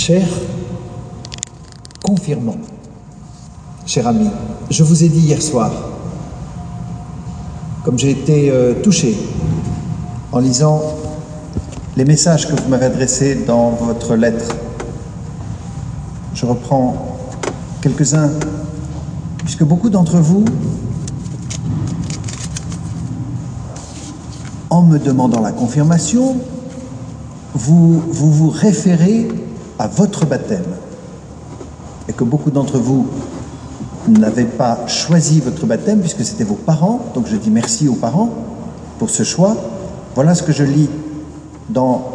Cher confirmant, cher ami, je vous ai dit hier soir, comme j'ai été touché en lisant les messages que vous m'avez adressés dans votre lettre. Je reprends quelques-uns, puisque beaucoup d'entre vous, en me demandant la confirmation, vous référez à votre baptême, et que beaucoup d'entre vous n'avaient pas choisi votre baptême, puisque c'était vos parents, donc je dis merci aux parents pour ce choix. Voilà ce que je lis dans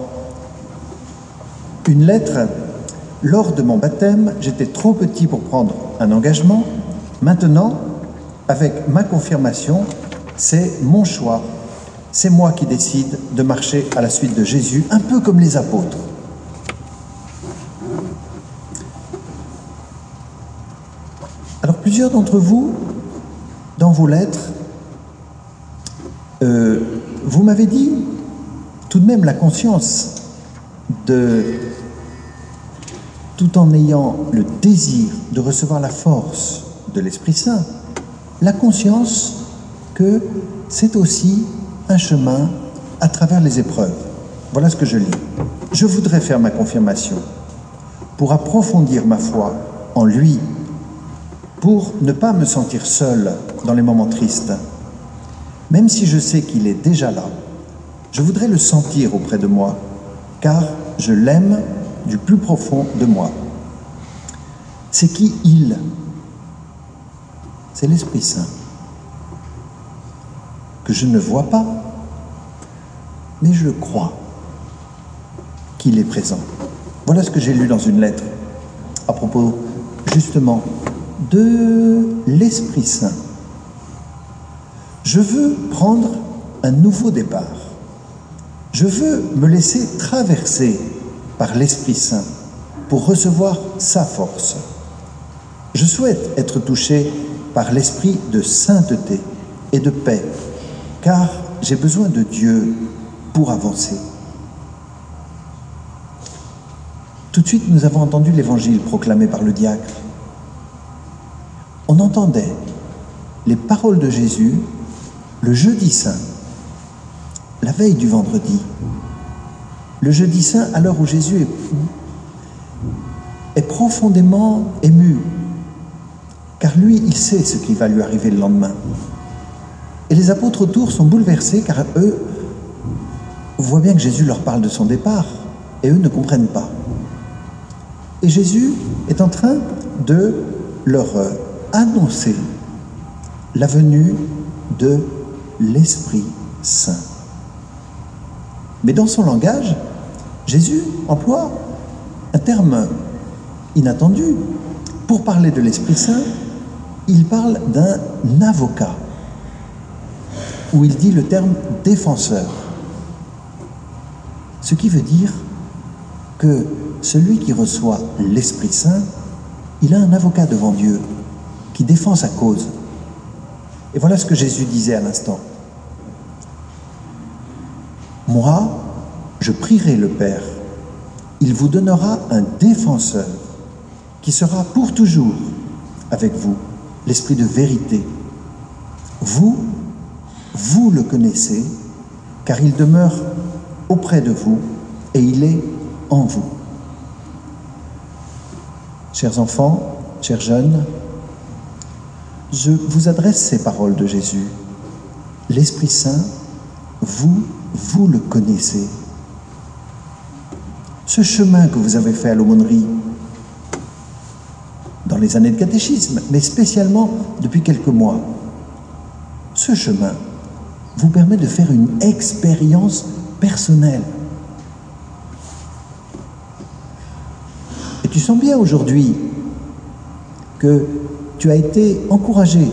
une lettre. Lors de mon baptême, j'étais trop petit pour prendre un engagement. Maintenant, avec ma confirmation, c'est mon choix. C'est moi qui décide de marcher à la suite de Jésus, un peu comme les apôtres. Alors, plusieurs d'entre vous, dans vos lettres, vous m'avez dit tout de même la conscience tout en ayant le désir de recevoir la force de l'Esprit Saint, la conscience que c'est aussi un chemin à travers les épreuves. Voilà ce que je lis. Je voudrais faire ma confirmation pour approfondir ma foi en lui, pour ne pas me sentir seul dans les moments tristes. Même si je sais qu'il est déjà là, je voudrais le sentir auprès de moi, car je l'aime du plus profond de moi. C'est qui il? C'est l'Esprit Saint, que je ne vois pas, mais je crois qu'il est présent. Voilà ce que j'ai lu dans une lettre à propos justement de l'Esprit Saint. Je veux prendre un nouveau départ. Je veux me laisser traverser par l'Esprit Saint pour recevoir sa force. Je souhaite être touché par l'esprit de sainteté et de paix, car j'ai besoin de Dieu pour avancer. Tout de suite, nous avons entendu l'évangile proclamé par le diacre. On entendait les paroles de Jésus le jeudi saint, la veille du vendredi. Le jeudi saint, à l'heure où Jésus est profondément ému, car lui, il sait ce qui va lui arriver le lendemain. Et les apôtres autour sont bouleversés, car eux voient bien que Jésus leur parle de son départ, et eux ne comprennent pas. Et Jésus est en train de leur annoncer la venue de l'Esprit Saint. Mais dans son langage, Jésus emploie un terme inattendu. Pour parler de l'Esprit Saint, il parle d'un avocat, où il dit le terme défenseur. Ce qui veut dire que celui qui reçoit l'Esprit Saint, il a un avocat devant Dieu qui défend sa cause. Et voilà ce que Jésus disait à l'instant. Moi, je prierai le Père. Il vous donnera un défenseur qui sera pour toujours avec vous, l'Esprit de vérité. Vous le connaissez, car il demeure auprès de vous et il est en vous. Chers enfants, chers jeunes, je vous adresse ces paroles de Jésus. L'Esprit Saint, vous le connaissez. Ce chemin que vous avez fait à l'aumônerie, dans les années de catéchisme, mais spécialement depuis quelques mois, ce chemin vous permet de faire une expérience personnelle. Et tu sens bien aujourd'hui que tu as été encouragé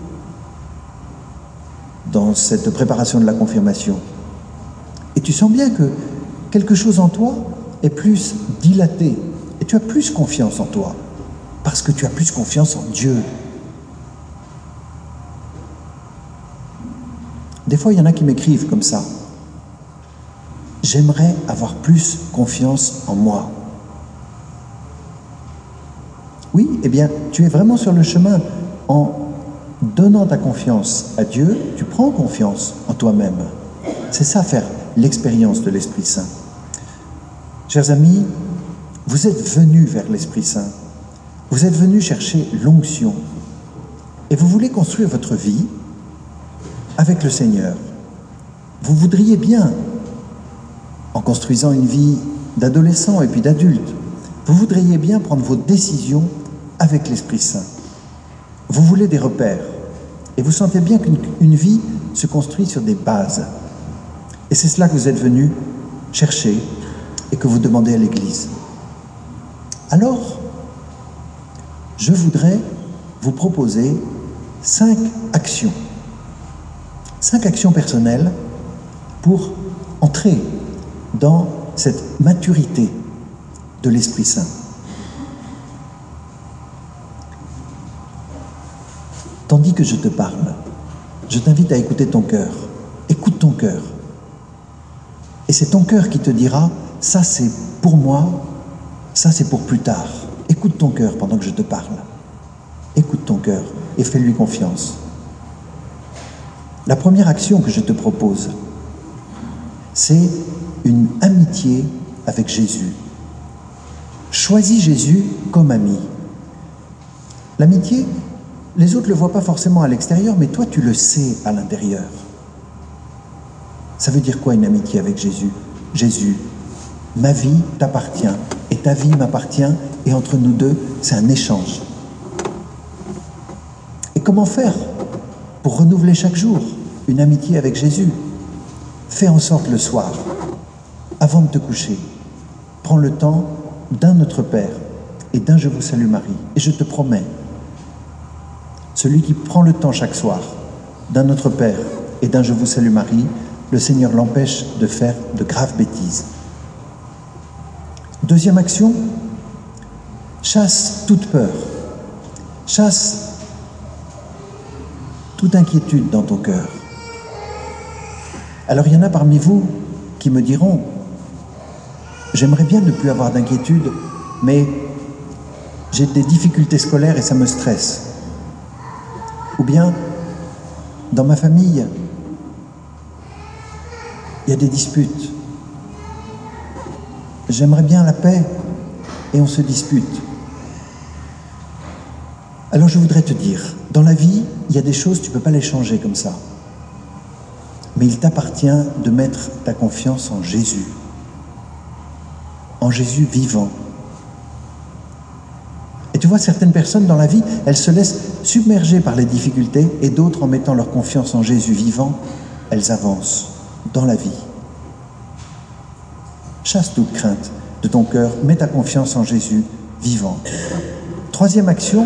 dans cette préparation de la confirmation. Et tu sens bien que quelque chose en toi est plus dilaté. Et tu as plus confiance en toi, parce que tu as plus confiance en Dieu. Des fois, il y en a qui m'écrivent comme ça. J'aimerais avoir plus confiance en moi. Oui, eh bien, tu es vraiment sur le chemin. En donnant ta confiance à Dieu, tu prends confiance en toi-même. C'est ça, faire l'expérience de l'Esprit Saint. Chers amis, vous êtes venus vers l'Esprit Saint. Vous êtes venus chercher l'onction. Et vous voulez construire votre vie avec le Seigneur. Vous voudriez bien, en construisant une vie d'adolescent et puis d'adulte, vous voudriez bien prendre vos décisions avec l'Esprit Saint. Vous voulez des repères. Et vous sentez bien qu'une vie se construit sur des bases. Et c'est cela que vous êtes venus chercher et que vous demandez à l'Église. Alors, je voudrais vous proposer 5 actions. 5 actions personnelles pour entrer dans cette maturité de l'Esprit Saint. Tandis que je te parle, je t'invite à écouter ton cœur. Écoute ton cœur. Et c'est ton cœur qui te dira, ça c'est pour moi, ça c'est pour plus tard. Écoute ton cœur pendant que je te parle. Écoute ton cœur et fais-lui confiance. La première action que je te propose, c'est une amitié avec Jésus. Choisis Jésus comme ami. L'amitié, les autres ne le voient pas forcément à l'extérieur, mais toi, tu le sais à l'intérieur. Ça veut dire quoi une amitié avec Jésus? Jésus, ma vie t'appartient et ta vie m'appartient et entre nous deux, c'est un échange. Et comment faire pour renouveler chaque jour une amitié avec Jésus? Fais en sorte le soir, avant de te coucher, prends le temps d'un Notre Père et d'un Je vous salue Marie. Et je te promets, celui qui prend le temps chaque soir d'un Notre Père et d'un Je vous salue Marie, le Seigneur l'empêche de faire de graves bêtises. Deuxième action, chasse toute peur, chasse toute inquiétude dans ton cœur. Alors il y en a parmi vous qui me diront, j'aimerais bien ne plus avoir d'inquiétude, mais j'ai des difficultés scolaires et ça me stresse. Ou bien, dans ma famille, il y a des disputes. J'aimerais bien la paix et on se dispute. Alors je voudrais te dire, dans la vie, il y a des choses, tu ne peux pas les changer comme ça. Mais il t'appartient de mettre ta confiance en Jésus vivant. Et tu vois, certaines personnes dans la vie, elles se laissent submerger par les difficultés et d'autres, en mettant leur confiance en Jésus vivant, elles avancent dans la vie. Chasse toute crainte de ton cœur, mets ta confiance en Jésus vivant. Troisième action,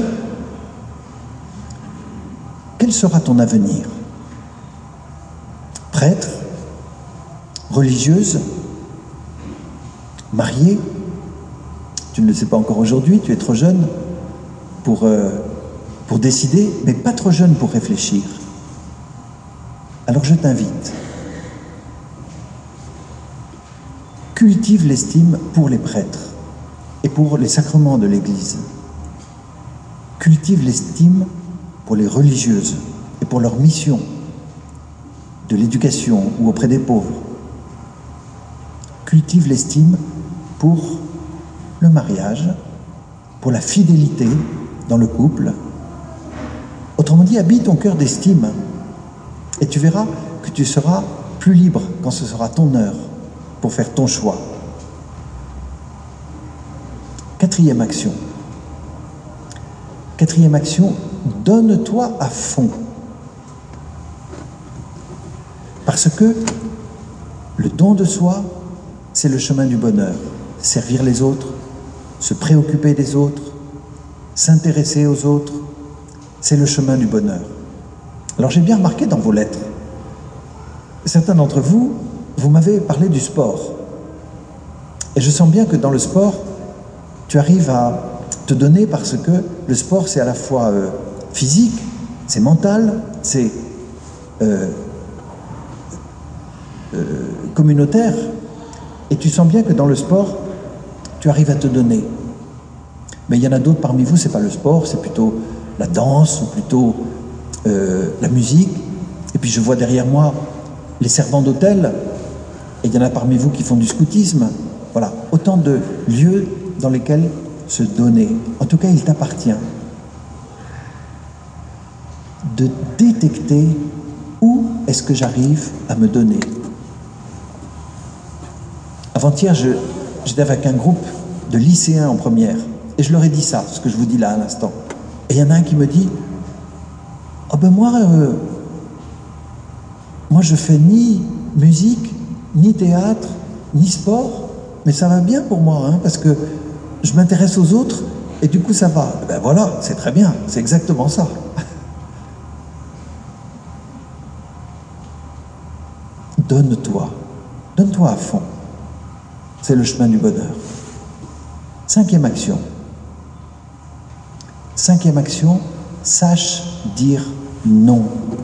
quel sera ton avenir? Prêtre, religieuse, mariée? Tu ne le sais pas encore aujourd'hui, tu es trop jeune pour décider, mais pas trop jeune pour réfléchir. Alors je t'invite. Cultive l'estime pour les prêtres et pour les sacrements de l'Église. Cultive l'estime pour les religieuses et pour leur mission de l'éducation ou auprès des pauvres. Cultive l'estime pour le mariage, pour la fidélité dans le couple. Autrement dit, habille ton cœur d'estime et tu verras que tu seras plus libre quand ce sera ton heure pour faire ton choix. Quatrième action, donne-toi à fond. Parce que le don de soi, c'est le chemin du bonheur. Servir les autres, se préoccuper des autres, s'intéresser aux autres, c'est le chemin du bonheur. Alors j'ai bien remarqué dans vos lettres, certains d'entre vous, vous m'avez parlé du sport. Et je sens bien que dans le sport, tu arrives à te donner parce que le sport, c'est à la fois physique, c'est mental, c'est communautaire. Et tu sens bien que dans le sport, tu arrives à te donner. Mais il y en a d'autres parmi vous, c'est pas le sport, c'est plutôt la danse, ou plutôt la musique. Et puis je vois derrière moi les servants d'hôtel, et il y en a parmi vous qui font du scoutisme. Voilà, autant de lieux dans lesquels se donner. En tout cas, il t'appartient de détecter où est-ce que j'arrive à me donner. Avant-hier, j'étais avec un groupe de lycéens en première, et je leur ai dit ça, ce que je vous dis là à l'instant. Et il y en a un qui me dit « Oh ben moi je fais ni musique, ni théâtre, ni sport, mais ça va bien pour moi, hein, parce que je m'intéresse aux autres, et du coup ça va. » Ben voilà, c'est très bien, c'est exactement ça. Donne-toi à fond. C'est le chemin du bonheur. Cinquième action, sache dire non.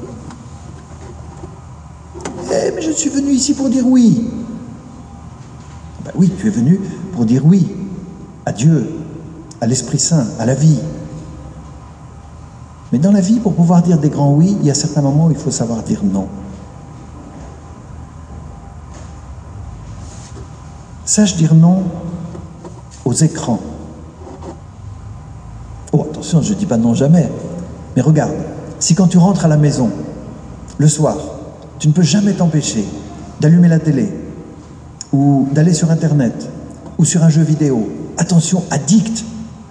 Mais je suis venu ici pour dire oui. Ben oui, tu es venu pour dire oui à Dieu, à l'Esprit Saint, à la vie. Mais dans la vie, pour pouvoir dire des grands oui, il y a certains moments où il faut savoir dire non. Sache dire non aux écrans. Oh, attention, je ne dis pas non jamais. Mais regarde, si quand tu rentres à la maison, le soir, tu ne peux jamais t'empêcher d'allumer la télé, ou d'aller sur Internet, ou sur un jeu vidéo, attention, addict.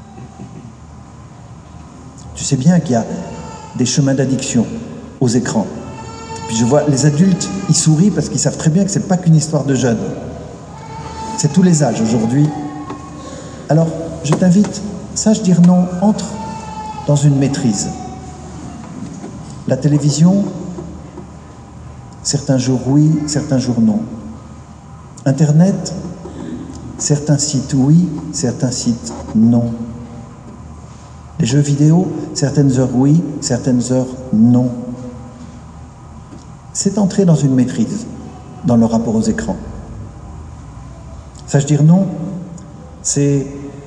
Tu sais bien qu'il y a des chemins d'addiction aux écrans. Puis je vois les adultes, ils sourient parce qu'ils savent très bien que ce n'est pas qu'une histoire de jeunes. C'est tous les âges aujourd'hui. Alors, je t'invite, sache dire non, entre dans une maîtrise. La télévision, certains jours oui, certains jours non. Internet, certains sites oui, certains sites non. Les jeux vidéo, certaines heures oui, certaines heures non. C'est entrer dans une maîtrise dans le rapport aux écrans. Sache dire non, c'est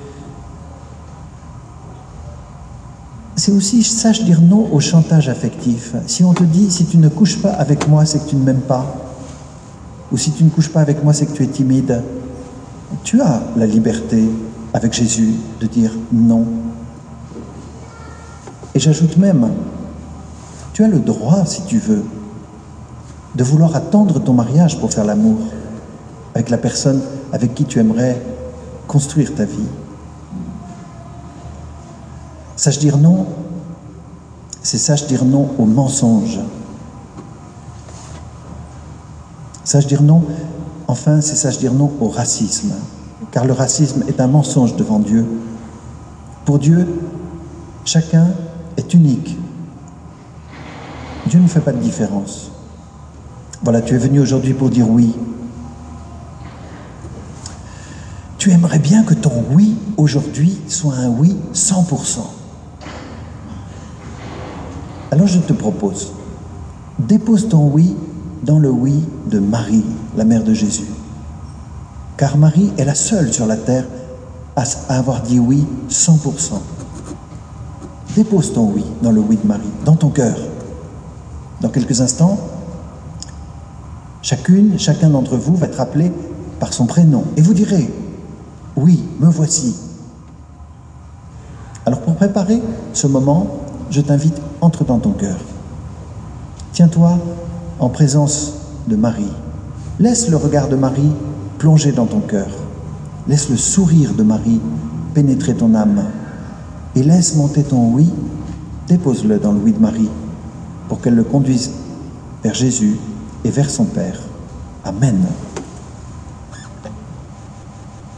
aussi sache dire non au chantage affectif. Si on te dit, si tu ne couches pas avec moi, c'est que tu ne m'aimes pas. Ou si tu ne couches pas avec moi, c'est que tu es timide. Tu as la liberté, avec Jésus, de dire non. Et j'ajoute même, tu as le droit, si tu veux, de vouloir attendre ton mariage pour faire l'amour avec la personne avec qui tu aimerais construire ta vie. Sache dire non, c'est sache dire non au mensonge. Sache dire non, enfin, c'est sache dire non au racisme. Car le racisme est un mensonge devant Dieu. Pour Dieu, chacun est unique. Dieu ne fait pas de différence. Voilà, tu es venu aujourd'hui pour dire oui. Tu aimerais bien que ton oui aujourd'hui soit un oui 100%. Alors je te propose, dépose ton oui dans le oui de Marie, la mère de Jésus. Car Marie est la seule sur la terre à avoir dit oui 100%. Dépose ton oui dans le oui de Marie, dans ton cœur. Dans quelques instants, chacun d'entre vous va être appelé par son prénom. Et vous direz, oui, me voici. Alors pour préparer ce moment, je t'invite, entre dans ton cœur. Tiens-toi en présence de Marie. Laisse le regard de Marie plonger dans ton cœur. Laisse le sourire de Marie pénétrer ton âme. Et laisse monter ton oui, dépose-le dans le oui de Marie, pour qu'elle le conduise vers Jésus et vers son Père. Amen.